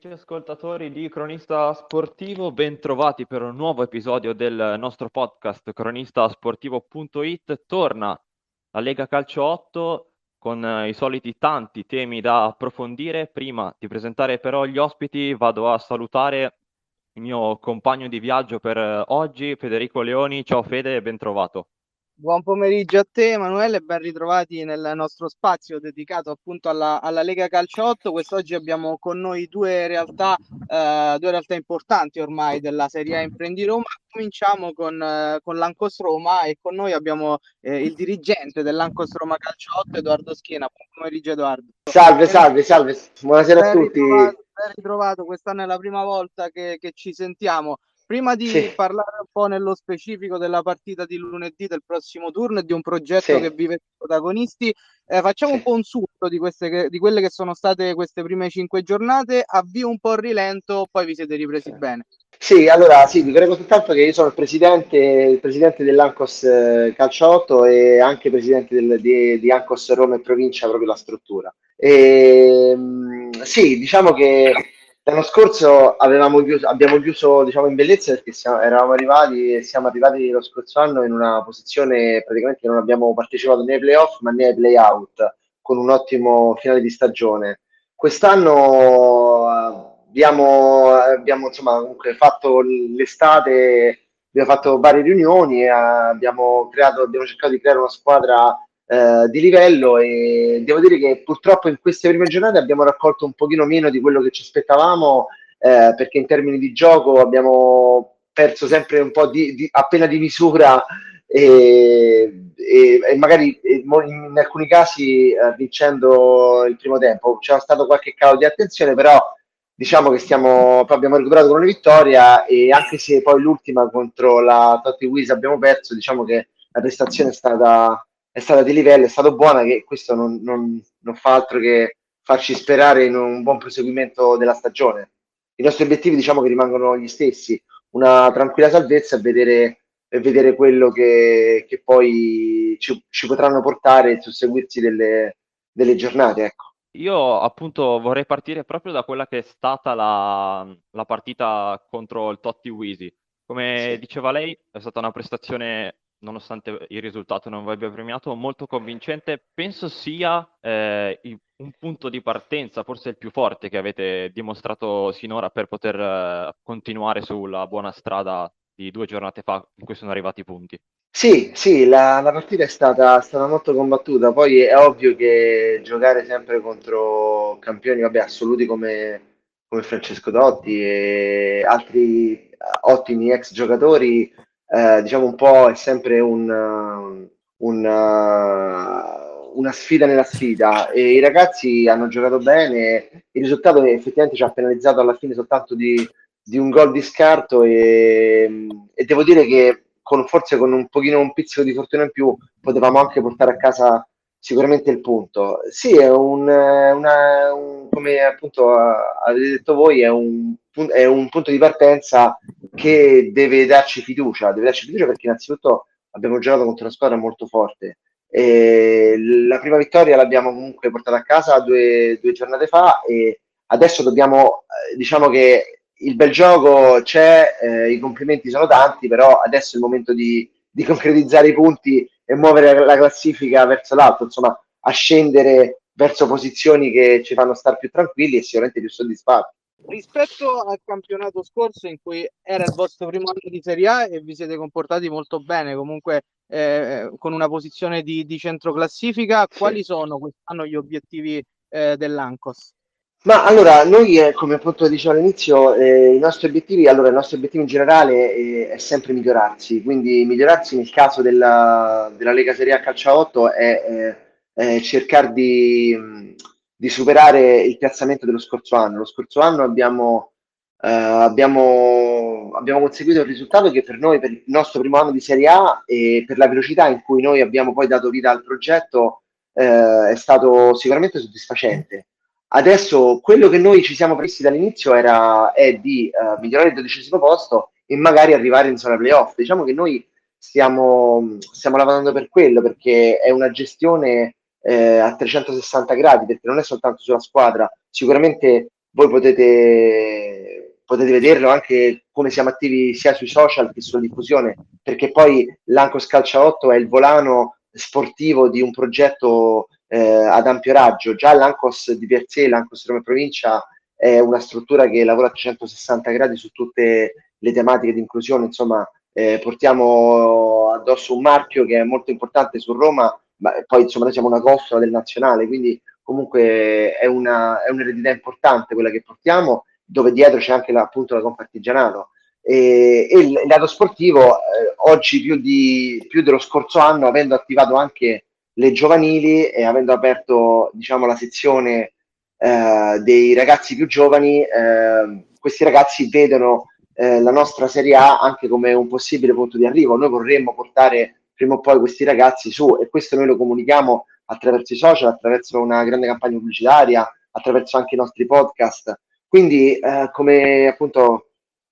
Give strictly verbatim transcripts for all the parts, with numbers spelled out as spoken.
amici ascoltatori di Cronista Sportivo, ben trovati per un nuovo episodio del nostro podcast cronistasportivo punto it. Torna la Lega Calcio otto con eh, i soliti tanti temi da approfondire. Prima di presentare però gli ospiti, vado a salutare il mio compagno di viaggio per eh, oggi, Federico Leoni. Ciao Fede, ben trovato. Buon pomeriggio a te, Emanuele, e ben ritrovati nel nostro spazio dedicato appunto alla, alla Lega Calcio otto. Quest'oggi abbiamo con noi due realtà, eh, due realtà importanti ormai della Serie A Imprendi Roma. Cominciamo con, eh, con l'Ancos Roma e con noi abbiamo eh, il dirigente dell'Ancos Roma Calcio otto, Edoardo Schiena. Buon pomeriggio, Edoardo. Salve, Ben, salve, salve, buonasera a ben tutti. ritrovato, ben ritrovato. Quest'anno è la prima volta che, che ci sentiamo. Prima Sì, di parlare un po' nello specifico della partita di lunedì del prossimo turno e di un progetto che sì, vive i protagonisti, eh, facciamo un sì. po' un sunto di, queste che- di quelle che sono state queste prime cinque giornate, avvio un po' il rilento, poi vi siete Sì, ripresi bene. Sì, allora sì, vi prego soltanto che io sono il presidente, il presidente dell'Ancos eh, Calcio otto e anche presidente del- di, di Ancos Roma e Provincia, proprio la struttura. E, mh, sì, diciamo che l'anno scorso avevamo chiuso, abbiamo chiuso diciamo, in bellezza perché siamo- eravamo arrivati e siamo arrivati lo scorso anno in una posizione praticamente che non abbiamo partecipato né ai playoff ma né ai playout, con un ottimo finale di stagione. Quest'anno eh, abbiamo, abbiamo insomma, comunque fatto l'estate, abbiamo fatto varie riunioni e eh, abbiamo creato, abbiamo cercato di creare una squadra eh, di livello e devo dire che purtroppo in queste prime giornate abbiamo raccolto un pochino meno di quello che ci aspettavamo eh, perché in termini di gioco abbiamo perso sempre un po' di, di appena di misura e, e, e magari in alcuni casi eh, vincendo il primo tempo c'era stato qualche calo di attenzione, però diciamo che stiamo, poi abbiamo recuperato con una vittoria e anche se poi l'ultima contro la Totti Wiz abbiamo perso, diciamo che la prestazione è stata, è stata di livello, è stata buona, che questo non, non, non fa altro che farci sperare in un buon proseguimento della stagione. I nostri obiettivi diciamo che rimangono gli stessi, una tranquilla salvezza e vedere e vedere quello che, che poi ci, ci potranno portare il susseguirsi delle, delle giornate, ecco. Io appunto vorrei partire proprio da quella che è stata la, la partita contro il Totti Wisi. Come Sì. diceva lei, è stata una prestazione, nonostante il risultato non vi abbia premiato, molto convincente. Penso sia eh, il- un punto di partenza, forse il più forte che avete dimostrato sinora per poter eh, continuare sulla buona strada di due giornate fa in cui sono arrivati i punti. Sì, sì, la, la partita è stata, è stata molto combattuta, poi è ovvio che giocare sempre contro campioni, vabbè, assoluti come, come Francesco Totti e altri eh, ottimi ex giocatori, eh, diciamo un po' è sempre un, uh, un, uh, una sfida nella sfida e i ragazzi hanno giocato bene, il risultato effettivamente ci ha penalizzato alla fine soltanto di, di un gol di scarto e, e devo dire che con, forse con un pochino un pizzico di fortuna in più potevamo anche portare a casa sicuramente il punto. Sì, è un, eh, una, un- come appunto eh, avete detto voi, è un, pun- è un punto di partenza che deve darci fiducia, deve darci fiducia perché innanzitutto abbiamo giocato contro una squadra molto forte. E la prima vittoria l'abbiamo comunque portata a casa due, due giornate fa e adesso dobbiamo, eh, diciamo che il bel gioco c'è, eh, i complimenti sono tanti, però adesso è il momento di, di concretizzare i punti e muovere la classifica verso l'alto, insomma, ascendere verso posizioni che ci fanno stare più tranquilli e sicuramente più soddisfatti. Rispetto al campionato scorso in cui era il vostro primo anno di Serie A e vi siete comportati molto bene, comunque eh, con una posizione di, di centroclassifica, Sì. quali sono quest'anno gli obiettivi eh, dell'Ancos? Ma allora, noi, eh, come appunto dicevo all'inizio, eh, i nostri obiettivi, allora, il nostro obiettivo in generale eh, è sempre migliorarsi, quindi migliorarsi nel caso della, della Lega Serie A Calcio a otto è, eh, è cercare di, mh, di superare il piazzamento dello scorso anno. Lo scorso anno abbiamo, eh, abbiamo, abbiamo conseguito un risultato che per noi, per il nostro primo anno di Serie A e per la velocità in cui noi abbiamo poi dato vita al progetto, eh, è stato sicuramente soddisfacente. Adesso quello che noi ci siamo presi dall'inizio era, è di eh, migliorare il dodicesimo posto e magari arrivare in zona playoff. Diciamo che noi stiamo, stiamo lavorando per quello, perché è una gestione eh, a trecentosessanta gradi, perché non è soltanto sulla squadra, sicuramente voi potete, potete vederlo anche come siamo attivi sia sui social che sulla diffusione, perché poi l'Ancos Calcio otto è il volano sportivo di un progetto eh, ad ampio raggio. Già l'Ancos di per sé, l'Ancos Roma e Provincia, è una struttura che lavora a trecentosessanta gradi su tutte le tematiche di inclusione, insomma, eh, portiamo addosso un marchio che è molto importante su Roma, ma poi insomma noi siamo una costola del nazionale, quindi comunque è, una, è un'eredità importante quella che portiamo, dove dietro c'è anche la, appunto la Confartigianato. E, e il, il lato sportivo, eh, oggi più, di, più dello scorso anno, avendo attivato anche le giovanili e avendo aperto, diciamo, la sezione eh, dei ragazzi più giovani, eh, questi ragazzi vedono eh, la nostra Serie A anche come un possibile punto di arrivo. Noi vorremmo portare prima o poi questi ragazzi su, e questo noi lo comunichiamo attraverso i social, attraverso una grande campagna pubblicitaria, attraverso anche i nostri podcast. Quindi, eh, come appunto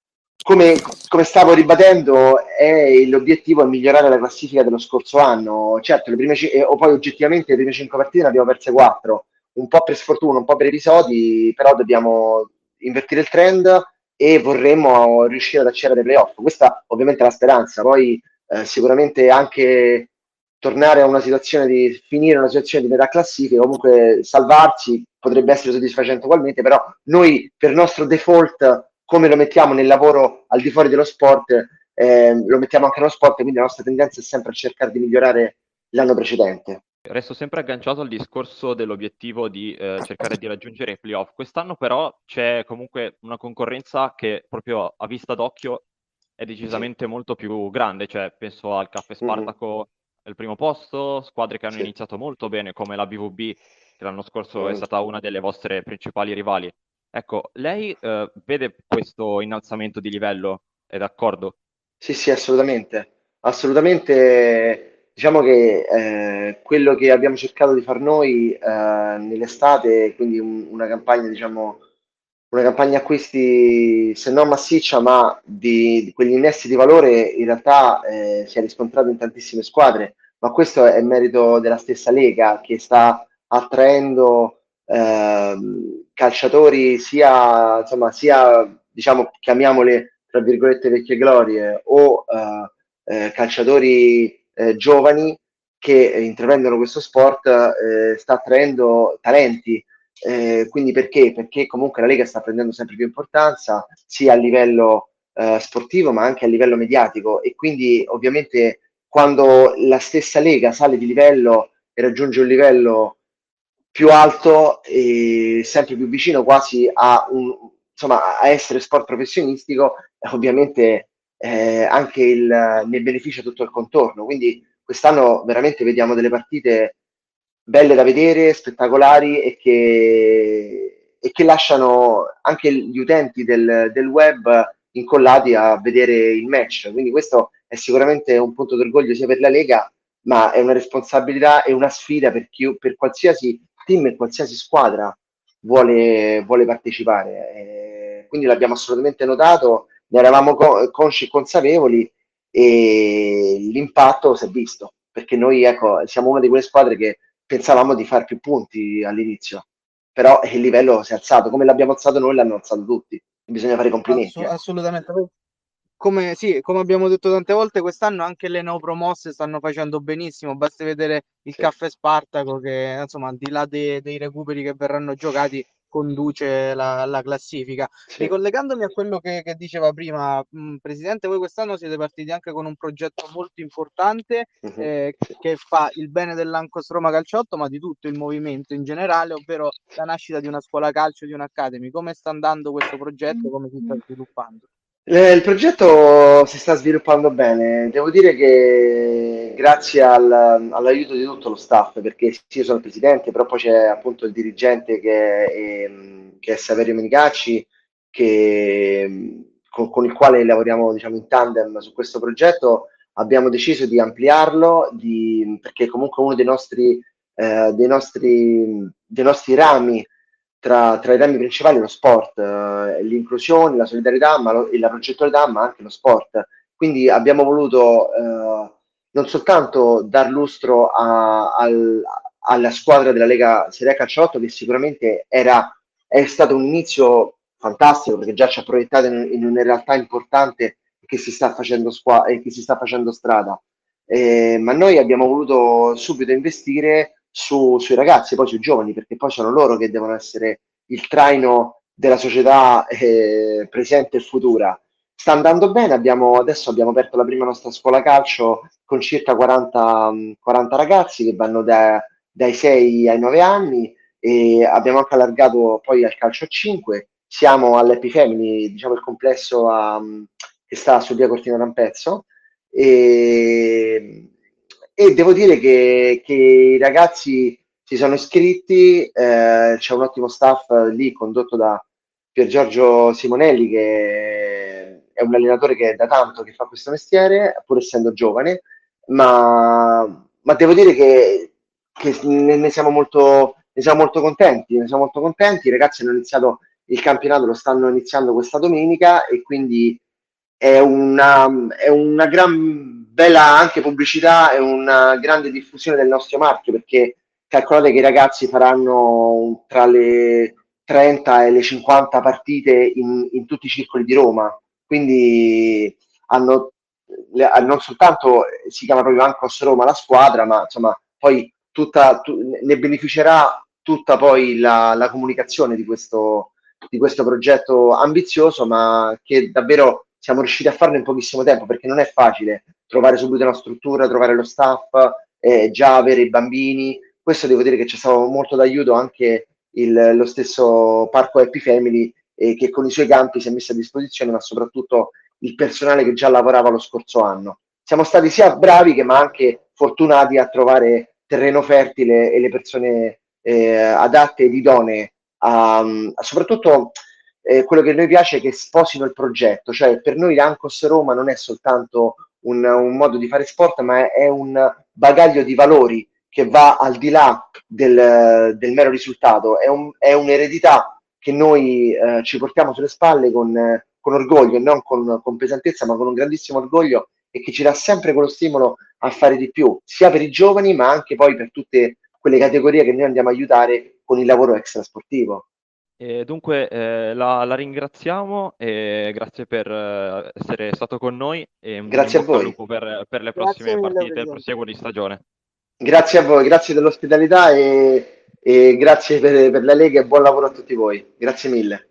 come, come stavo ribadendo, è, l'obiettivo è migliorare la classifica dello scorso anno. Certo, le prime, eh, o poi oggettivamente le prime cinque partite ne abbiamo perse quattro, un po' per sfortuna, un po' per episodi, però dobbiamo invertire il trend e vorremmo riuscire ad accedere ai playoff. Questa ovviamente è la speranza, poi eh, sicuramente anche tornare a una situazione di finire una situazione di metà classifica, comunque salvarsi potrebbe essere soddisfacente ugualmente, però noi per nostro default, come lo mettiamo nel lavoro al di fuori dello sport, eh, lo mettiamo anche nello sport, quindi la nostra tendenza è sempre a cercare di migliorare l'anno precedente. Resto sempre agganciato al discorso dell'obiettivo di eh, cercare di raggiungere i playoff. Quest'anno però c'è comunque una concorrenza che proprio a vista d'occhio è decisamente sì. molto più grande, cioè penso al Caffè Spartaco mm-hmm. al primo posto, squadre che hanno sì. iniziato molto bene come la B V B, che l'anno scorso mm. è stata una delle vostre principali rivali. Ecco, lei eh, vede questo innalzamento di livello, è d'accordo? Sì, sì, assolutamente. Assolutamente. Diciamo che eh, quello che abbiamo cercato di far noi eh, nell'estate, quindi un, una campagna, diciamo, una campagna acquisti se non massiccia, ma di, di quegli innesti di valore, in realtà eh, si è riscontrato in tantissime squadre, ma questo è merito della stessa Lega che sta attraendo eh, calciatori sia, insomma, sia, diciamo, chiamiamole tra virgolette vecchie glorie o eh, eh, calciatori eh, giovani che eh, intravendono questo sport, eh, sta attraendo talenti. Eh, quindi perché? Perché comunque la Lega sta prendendo sempre più importanza sia a livello eh, sportivo ma anche a livello mediatico, e quindi ovviamente quando la stessa Lega sale di livello e raggiunge un livello più alto e sempre più vicino quasi a un, insomma, a essere sport professionistico, ovviamente eh, anche il, ne beneficia tutto il contorno. Quindi quest'anno veramente vediamo delle partite belle da vedere, spettacolari, e che, e che lasciano anche gli utenti del, del web incollati a vedere il match. Quindi questo è sicuramente un punto d'orgoglio sia per la Lega, ma è una responsabilità e una sfida per, chi, per qualsiasi team e qualsiasi squadra vuole, vuole partecipare. Eh, quindi l'abbiamo assolutamente notato, ne eravamo co- consci e consapevoli, e l'impatto si è visto, perché noi, ecco, siamo una di quelle squadre che pensavamo di fare più punti all'inizio, però il livello si è alzato, come l'abbiamo alzato noi l'hanno alzato tutti, bisogna fare i complimenti. Ass- assolutamente. Come, sì, come abbiamo detto tante volte, quest'anno anche le neopromosse stanno facendo benissimo, basta vedere il sì. Caffè Spartaco che, insomma, al di là de- dei recuperi che verranno giocati, conduce la, la classifica. Sì. Ricollegandomi a quello che, che diceva prima, mh, Presidente, voi quest'anno siete partiti anche con un progetto molto importante uh-huh. eh, che fa il bene dell'Ancos Roma Calcio otto, ma di tutto il movimento in generale, ovvero la nascita di una scuola calcio, di un'academy. Come sta andando questo progetto, come si sta sviluppando? Eh, il progetto si sta sviluppando bene, devo dire che grazie al, all'aiuto di tutto lo staff, perché sì, io sono il presidente, però poi c'è appunto il dirigente che è, che è Saverio Menicacci, che, con, con il quale lavoriamo, diciamo, in tandem su questo progetto. Abbiamo deciso di ampliarlo, di, perché comunque uno dei nostri, eh, dei nostri, dei nostri rami Tra, tra i temi principali lo sport, eh, l'inclusione, la solidarietà ma lo, e la progettualità, ma anche lo sport. Quindi abbiamo voluto eh, non soltanto dar lustro a, al, alla squadra della Lega Serie A Calcio otto, che sicuramente era è stato un inizio fantastico perché già ci ha proiettato in, in una realtà importante che si sta facendo, squa- e che si sta facendo strada. Eh, ma noi abbiamo voluto subito investire su- sui ragazzi, poi sui giovani, perché poi sono loro che devono essere il traino della società eh, presente e futura. Sta andando bene, abbiamo, adesso abbiamo aperto la prima nostra scuola calcio con circa quaranta, mh, quaranta ragazzi che vanno da- dai sei ai nove anni e abbiamo anche allargato poi al calcio a cinque. Siamo all'Happy Family, diciamo il complesso a, mh, che sta su via Cortina d'Ampezzo e, e devo dire che, che i ragazzi si sono iscritti, eh, c'è un ottimo staff lì condotto da Pier Giorgio Simonelli, che è un allenatore che è da tanto che fa questo mestiere, pur essendo giovane, ma, ma devo dire che, che ne, ne siamo molto, ne siamo molto contenti, ne siamo molto contenti. I ragazzi hanno iniziato il campionato, lo stanno iniziando questa domenica e quindi è una, è una gran bella anche pubblicità e una grande diffusione del nostro marchio perché calcolate che i ragazzi faranno tra le trenta e le cinquanta partite in, in tutti i circoli di Roma, quindi hanno, le- non soltanto si chiama proprio Ancos Roma la squadra, ma insomma poi tutta, tu- ne beneficerà tutta poi la, la comunicazione di questo, di questo progetto ambizioso, ma che davvero siamo riusciti a farlo in pochissimo tempo, perché non è facile trovare subito una struttura, trovare lo staff, eh, già avere i bambini. Questo devo dire che ci è stato molto d'aiuto anche il- lo stesso Parco Happy Family, eh, che con i suoi campi si è messo a disposizione, ma soprattutto il personale che già lavorava lo scorso anno. Siamo stati sia bravi che ma anche fortunati a trovare terreno fertile e le persone eh, adatte ed idonee a, a soprattutto eh, quello che a noi piace è che sposino il progetto, cioè per noi l'Ancos Roma non è soltanto un, un modo di fare sport, ma è un bagaglio di valori che va al di là del, del mero risultato, è, un, è un'eredità che noi eh, ci portiamo sulle spalle con, eh, con orgoglio, non con, con pesantezza, ma con un grandissimo orgoglio e che ci dà sempre quello stimolo a fare di più, sia per i giovani, ma anche poi per tutte quelle categorie che noi andiamo a aiutare con il lavoro extrasportivo. E dunque eh, la, la ringraziamo e grazie per eh, essere stato con noi e un in Grazie a bocca al voi. lupo per, per le Grazie prossime mille, partite e il Presidente. proseguo di stagione. Grazie a voi, grazie dell'ospitalità e, e grazie per, per la Lega e buon lavoro a tutti voi. Grazie mille.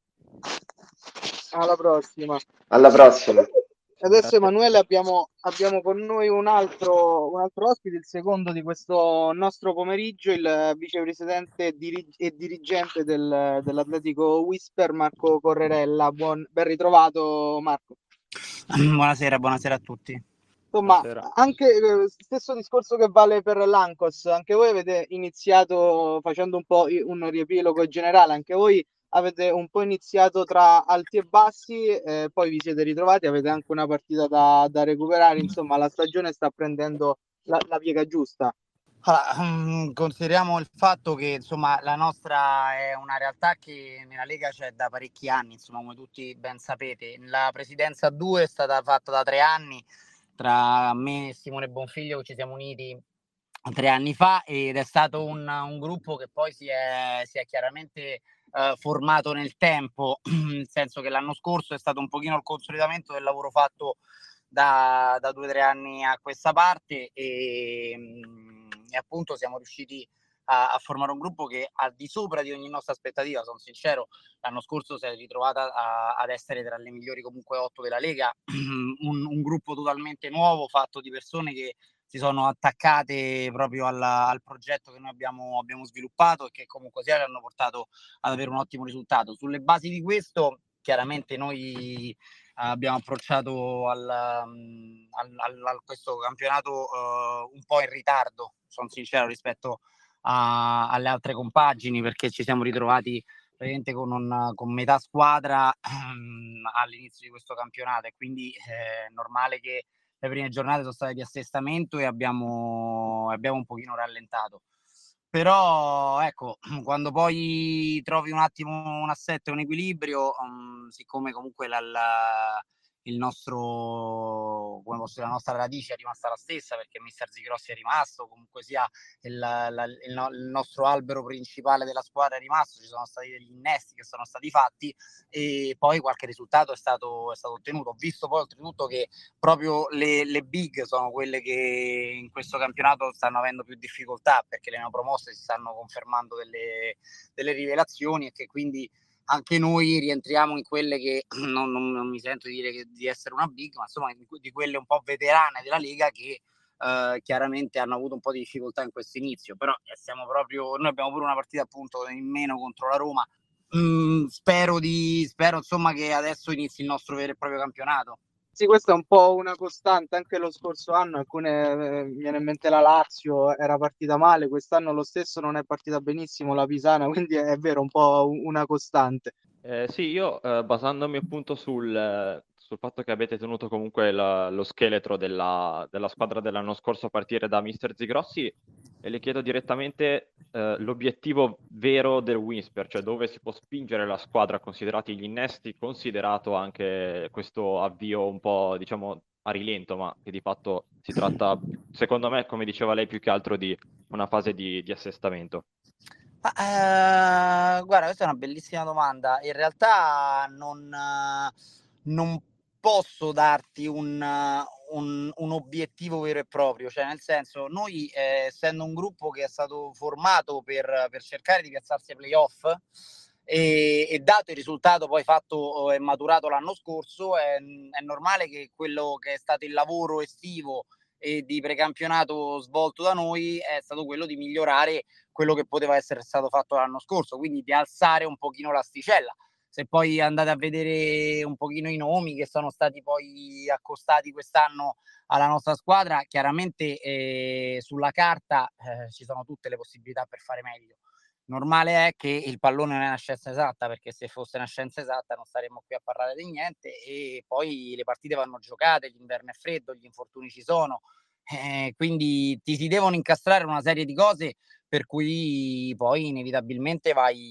Alla prossima. Alla prossima. Adesso Grazie. Emanuele abbiamo, abbiamo con noi un altro, un altro ospite, il secondo di questo nostro pomeriggio, il vicepresidente e, diri- e dirigente del- dell'Atletico Whisper, Marco Correrella. Buon, ben ritrovato Marco. Buonasera, buonasera a tutti. Insomma, Buonasera. anche eh, stesso discorso che vale per l'Ancos, anche voi avete iniziato facendo un po' i- un riepilogo generale, anche voi avete un po' iniziato tra alti e bassi, eh, poi vi siete ritrovati, avete anche una partita da, da recuperare, insomma la stagione sta prendendo la, la piega giusta. Allora, mm, consideriamo il fatto che insomma la nostra è una realtà che nella Lega c'è da parecchi anni, insomma, come tutti ben sapete. La presidenza due è stata fatta da tre anni tra me e Simone Bonfiglio, che ci siamo uniti tre anni fa, ed è stato un, un gruppo che poi si è, si è chiaramente eh, formato nel tempo, nel senso che l'anno scorso è stato un pochino il consolidamento del lavoro fatto da, da due o tre anni a questa parte e, e appunto siamo riusciti a, a formare un gruppo che al di sopra di ogni nostra aspettativa, sono sincero, l'anno scorso si è ritrovata a, ad essere tra le migliori comunque otto della Lega, un, un gruppo totalmente nuovo fatto di persone che si sono attaccate proprio alla, al progetto che noi abbiamo, abbiamo sviluppato e che comunque sia ci hanno portato ad avere un ottimo risultato. Sulle basi di questo chiaramente noi abbiamo approcciato al, al, al, a questo campionato uh, un po' in ritardo, sono sincero, rispetto a, alle altre compagini, perché ci siamo ritrovati praticamente con, un, con metà squadra um, all'inizio di questo campionato e quindi è normale che le prime giornate sono state di assestamento e abbiamo, abbiamo un pochino rallentato. Però ecco, quando poi trovi un attimo un assetto e un equilibrio, um, siccome comunque la, la, il nostro, come posso dire, la nostra radice è rimasta la stessa, perché mister Zigrossi è rimasto, comunque sia il, la, il, no, il nostro albero principale della squadra è rimasto, ci sono stati degli innesti che sono stati fatti e poi qualche risultato è stato, è stato ottenuto. Ho visto poi oltretutto che proprio le, le big sono quelle che in questo campionato stanno avendo più difficoltà, perché le neopromosse si stanno confermando delle, delle rivelazioni e che quindi anche noi rientriamo in quelle che non, non, non mi sento di dire che, di essere una big, ma insomma di, di quelle un po' veterane della Lega che eh, chiaramente hanno avuto un po' di difficoltà in questo inizio, però siamo proprio, noi abbiamo pure una partita appunto in meno contro la Roma. Mm, spero di spero insomma che adesso inizi il nostro vero e proprio campionato. Sì, questa è un po' una costante, anche lo scorso anno alcune, eh, mi viene in mente la Lazio, era partita male, quest'anno lo stesso non è partita benissimo la Pisana, quindi è, è vero, un po' una costante. Eh, sì, io eh, basandomi appunto sul, eh, sul fatto che avete tenuto comunque la- lo scheletro della, della squadra dell'anno scorso a partire da mister Zigrossi, e le chiedo direttamente eh, l'obiettivo vero del Whisper, cioè dove si può spingere la squadra considerati gli innesti, considerato anche questo avvio un po', diciamo, a rilento, ma che di fatto si tratta, secondo me, come diceva lei, più che altro di una fase di, di assestamento. Ah, eh, guarda, questa è una bellissima domanda. In realtà non, eh, non posso darti un, uh, un, un obiettivo vero e proprio, cioè nel senso, noi eh, essendo un gruppo che è stato formato per, per cercare di piazzarsi ai playoff e, e dato il risultato poi fatto e maturato l'anno scorso, è, è normale che quello che è stato il lavoro estivo e di precampionato svolto da noi è stato quello di migliorare quello che poteva essere stato fatto l'anno scorso, quindi di alzare un pochino l'asticella. Se poi andate a vedere un pochino i nomi che sono stati poi accostati quest'anno alla nostra squadra, chiaramente eh, sulla carta eh, ci sono tutte le possibilità per fare meglio. Normale è che il pallone non è una scienza esatta, perché se fosse una scienza esatta non staremmo qui a parlare di niente, e poi le partite vanno giocate, l'inverno è freddo, gli infortuni ci sono, eh, quindi ti si devono incastrare una serie di cose per cui poi inevitabilmente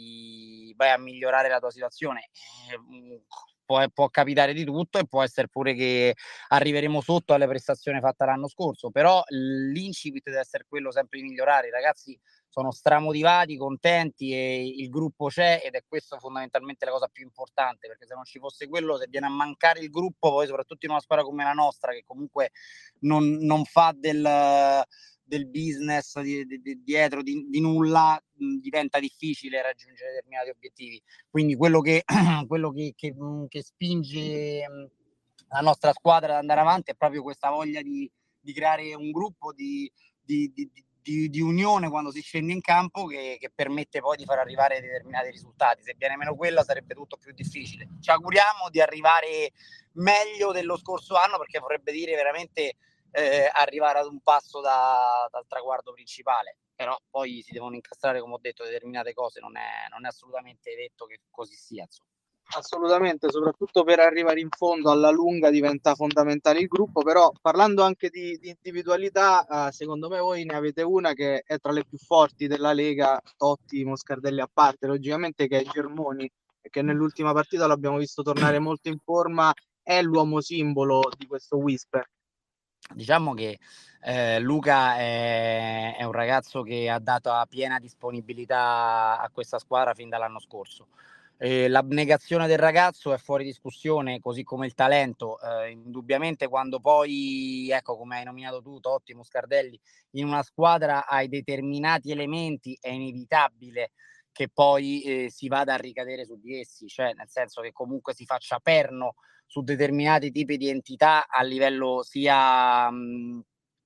vai, vai a migliorare la tua situazione. Eh, può, può capitare di tutto e può essere pure che arriveremo sotto alle prestazioni fatte l'anno scorso, però l'incipit deve essere quello sempre di migliorare. I ragazzi sono stramotivati, contenti e il gruppo c'è, ed è questo fondamentalmente la cosa più importante, perché se non ci fosse quello, se viene a mancare il gruppo, poi soprattutto in una squadra come la nostra che comunque non, non fa del, del business di, di, di, dietro di, di nulla, mh, diventa difficile raggiungere determinati obiettivi. Quindi quello che, quello che, che, che spinge mh, la nostra squadra ad andare avanti è proprio questa voglia di, di creare un gruppo di, di, di, di, di unione quando si scende in campo, che, che permette poi di far arrivare determinati risultati. Se viene meno quella sarebbe tutto più difficile. Ci auguriamo di arrivare meglio dello scorso anno, perché vorrebbe dire veramente eh, arrivare ad un passo da, dal traguardo principale, però poi si devono incastrare, come ho detto, determinate cose, non è, non è assolutamente detto che così sia, insomma. Assolutamente, soprattutto per arrivare in fondo alla lunga diventa fondamentale il gruppo, però parlando anche di, di individualità, eh, secondo me voi ne avete una che è tra le più forti della Lega, Totti, Moscardelli a parte, logicamente, che è Germoni, che nell'ultima partita l'abbiamo visto tornare molto in forma, è l'uomo simbolo di questo Whisper. Diciamo che eh, Luca è, è un ragazzo che ha dato a piena disponibilità a questa squadra fin dall'anno scorso. Eh, l'abnegazione del ragazzo è fuori discussione, così come il talento. Eh, indubbiamente quando poi, ecco, come hai nominato tu, Totti, Moscardelli, in una squadra hai determinati elementi, è inevitabile che poi eh, si vada a ricadere su di essi, cioè nel senso che comunque si faccia perno su determinati tipi di entità a livello sia mh,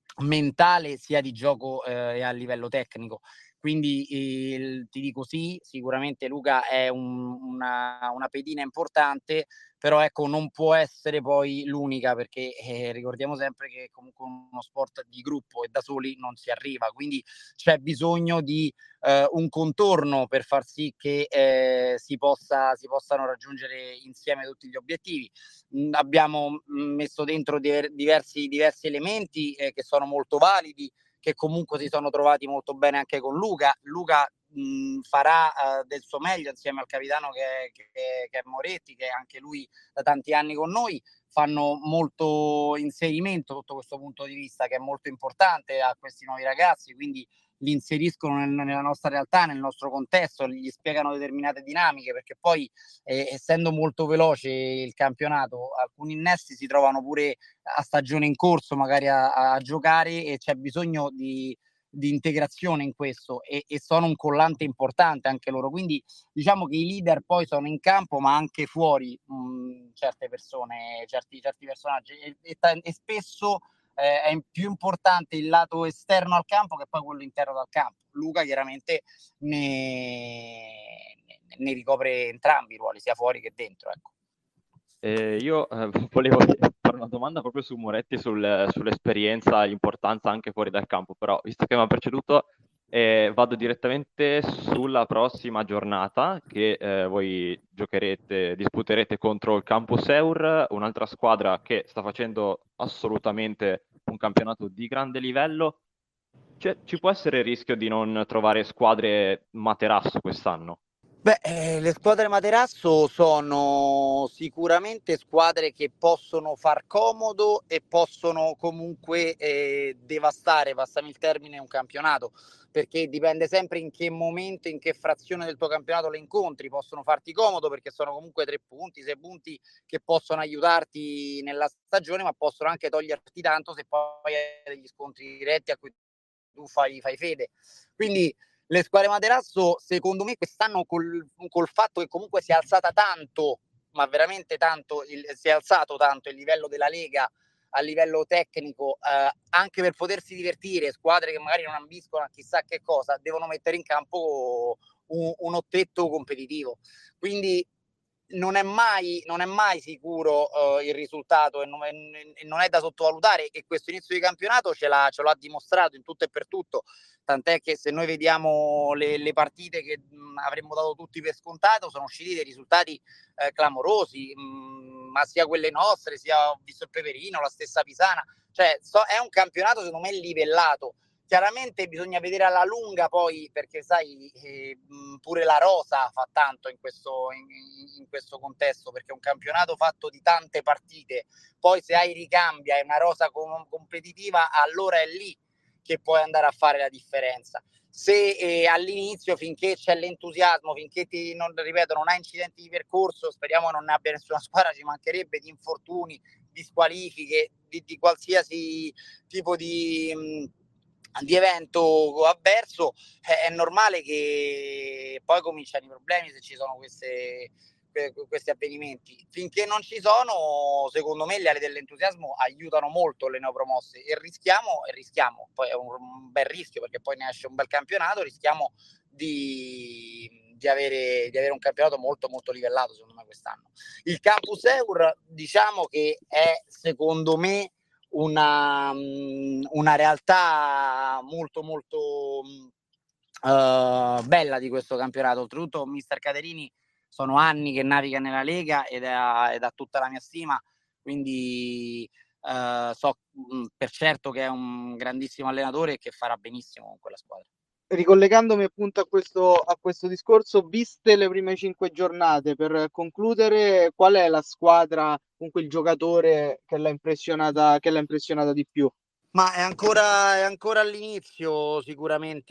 mentale sia di gioco eh, e a livello tecnico. Quindi eh, ti dico sì, sicuramente Luca è un, una, una pedina importante, però ecco non può essere poi l'unica, perché eh, ricordiamo sempre che comunque uno sport di gruppo e da soli non si arriva, quindi c'è bisogno di eh, un contorno per far sì che eh, si, possa, si possano raggiungere insieme tutti gli obiettivi. Mh, abbiamo messo dentro diver- diversi, diversi elementi eh, che sono molto validi, che comunque si sono trovati molto bene anche con Luca. Luca mh, farà uh, del suo meglio insieme al capitano che, che, che è Moretti, che è anche lui da tanti anni con noi. Fanno molto inserimento sotto questo punto di vista, che è molto importante a questi nuovi ragazzi, quindi li inseriscono nel, nella nostra realtà, nel nostro contesto, gli spiegano determinate dinamiche, perché poi eh, essendo molto veloce il campionato, alcuni innesti si trovano pure a stagione in corso magari a, a giocare, e c'è bisogno di, di integrazione in questo, e, e sono un collante importante anche loro, quindi diciamo che i leader poi sono in campo ma anche fuori mh, certe persone, certi, certi personaggi, e, e, e spesso eh, è più importante il lato esterno al campo che poi quello interno dal campo. Luca chiaramente ne, ne ricopre entrambi i ruoli, sia fuori che dentro, ecco. Eh, io eh, volevo fare una domanda proprio su Moretti, sul, sull'esperienza e l'importanza anche fuori dal campo, però visto che mi ha preceduto eh, vado direttamente sulla prossima giornata che eh, voi giocherete, disputerete contro il Campus Eur, un'altra squadra che sta facendo assolutamente un campionato di grande livello. Cioè, ci può essere il rischio di non trovare squadre materasso quest'anno? Beh, eh, le squadre materasso sono sicuramente squadre che possono far comodo e possono comunque eh, devastare, passami il termine, un campionato, perché dipende sempre in che momento, in che frazione del tuo campionato le incontri. Possono farti comodo perché sono comunque tre punti, sei punti che possono aiutarti nella stagione, ma possono anche toglierti tanto se poi hai degli scontri diretti a cui tu fai, fai fede. Quindi le squadre materasso, secondo me, quest'anno col, col fatto che comunque si è alzata tanto, ma veramente tanto, il, si è alzato tanto il livello della Lega a livello tecnico, eh, anche per potersi divertire, squadre che magari non ambiscono a chissà che cosa, devono mettere in campo un, un ottetto competitivo. Quindi non è mai, non è mai sicuro uh, il risultato, e non è, e non è da sottovalutare, e questo inizio di campionato ce l'ha, ce l'ha dimostrato in tutto e per tutto, tant'è che se noi vediamo le, le partite che mh, avremmo dato tutti per scontato, sono usciti dei risultati eh, clamorosi, mh, ma sia quelle nostre, sia ho visto il Peperino, la stessa Pisana, cioè so, è un campionato secondo me livellato. Chiaramente bisogna vedere alla lunga poi, perché sai, eh, pure la rosa fa tanto in questo, in, in questo contesto, perché è un campionato fatto di tante partite, poi se hai ricambia e una rosa com- competitiva, allora è lì che puoi andare a fare la differenza. Se eh, all'inizio, finché c'è l'entusiasmo, finché ti, non, ripeto, non hai incidenti di percorso, speriamo non ne abbia nessuna squadra, ci mancherebbe, di infortuni, di squalifiche, di, di qualsiasi tipo di... Mh, di evento avverso, è normale che poi cominciano i problemi se ci sono queste, questi avvenimenti. Finché non ci sono, secondo me le ali dell'entusiasmo aiutano molto le neopromosse, e rischiamo, e rischiamo, poi è un bel rischio perché poi ne esce un bel campionato, rischiamo di, di, avere, di avere un campionato molto molto livellato secondo me quest'anno. Il Campus Eur, diciamo che è secondo me una, una realtà molto molto uh, bella di questo campionato. Oltretutto mister Caterini sono anni che naviga nella Lega ed ha, ed ha tutta la mia stima, quindi uh, so mh, per certo che è un grandissimo allenatore e che farà benissimo con quella squadra. Ricollegandomi appunto a questo, a questo discorso, viste le prime cinque giornate, per concludere, qual è la squadra, comunque il giocatore che l'ha impressionata, che l'ha impressionata di più? Ma è ancora, è ancora all'inizio, sicuramente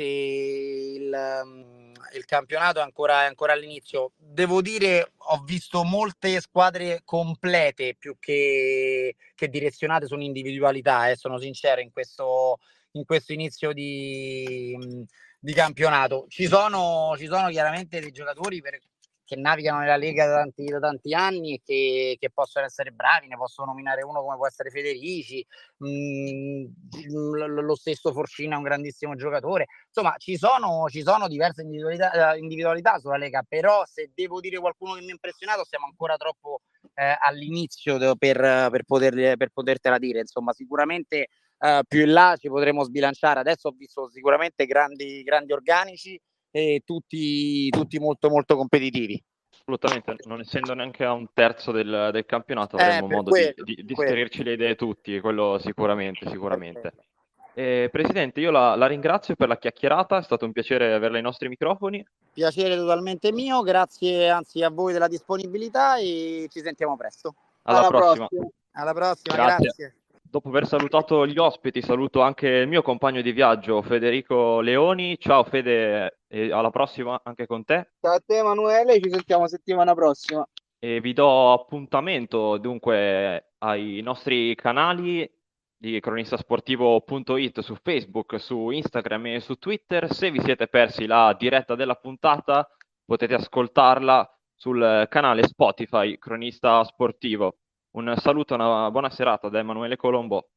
il, il campionato è ancora, è ancora all'inizio. Devo dire, ho visto molte squadre complete più che, che direzionate su un'individualità, eh, sono sincero, in questo, in questo inizio di, di campionato. Ci sono, ci sono chiaramente dei giocatori per, che navigano nella Lega da tanti, da tanti anni e che, che possono essere bravi, ne posso nominare uno come può essere Federici, mh, lo stesso Forcina è un grandissimo giocatore, insomma ci sono, ci sono diverse individualità, individualità sulla Lega, però se devo dire qualcuno che mi ha impressionato siamo ancora troppo eh, all'inizio per, per, poter, per potertela dire, insomma sicuramente eh, più in là ci potremo sbilanciare. Adesso ho visto sicuramente grandi, grandi organici e tutti, tutti molto molto competitivi. Assolutamente, non essendo neanche a un terzo del, del campionato Eh, avremo per modo quello, di, di, di quello. schiarirci le idee tutti, quello sicuramente, sicuramente. Eh, Presidente, io la, la ringrazio per la chiacchierata, è stato un piacere averla ai nostri microfoni. Piacere totalmente mio, grazie anzi a voi della disponibilità e ci sentiamo presto. Alla Alla prossima. prossima. Alla prossima, Grazie. grazie. Dopo aver salutato gli ospiti, saluto anche il mio compagno di viaggio, Federico Leoni. Ciao Fede, e alla prossima anche con te. Ciao a te Emanuele, ci sentiamo settimana prossima. E vi do appuntamento dunque ai nostri canali di cronistasportivo punto it su Facebook, su Instagram e su Twitter. Se vi siete persi la diretta della puntata, potete ascoltarla sul canale Spotify Cronista Sportivo. Un saluto e una buona serata da Emanuele Colombo.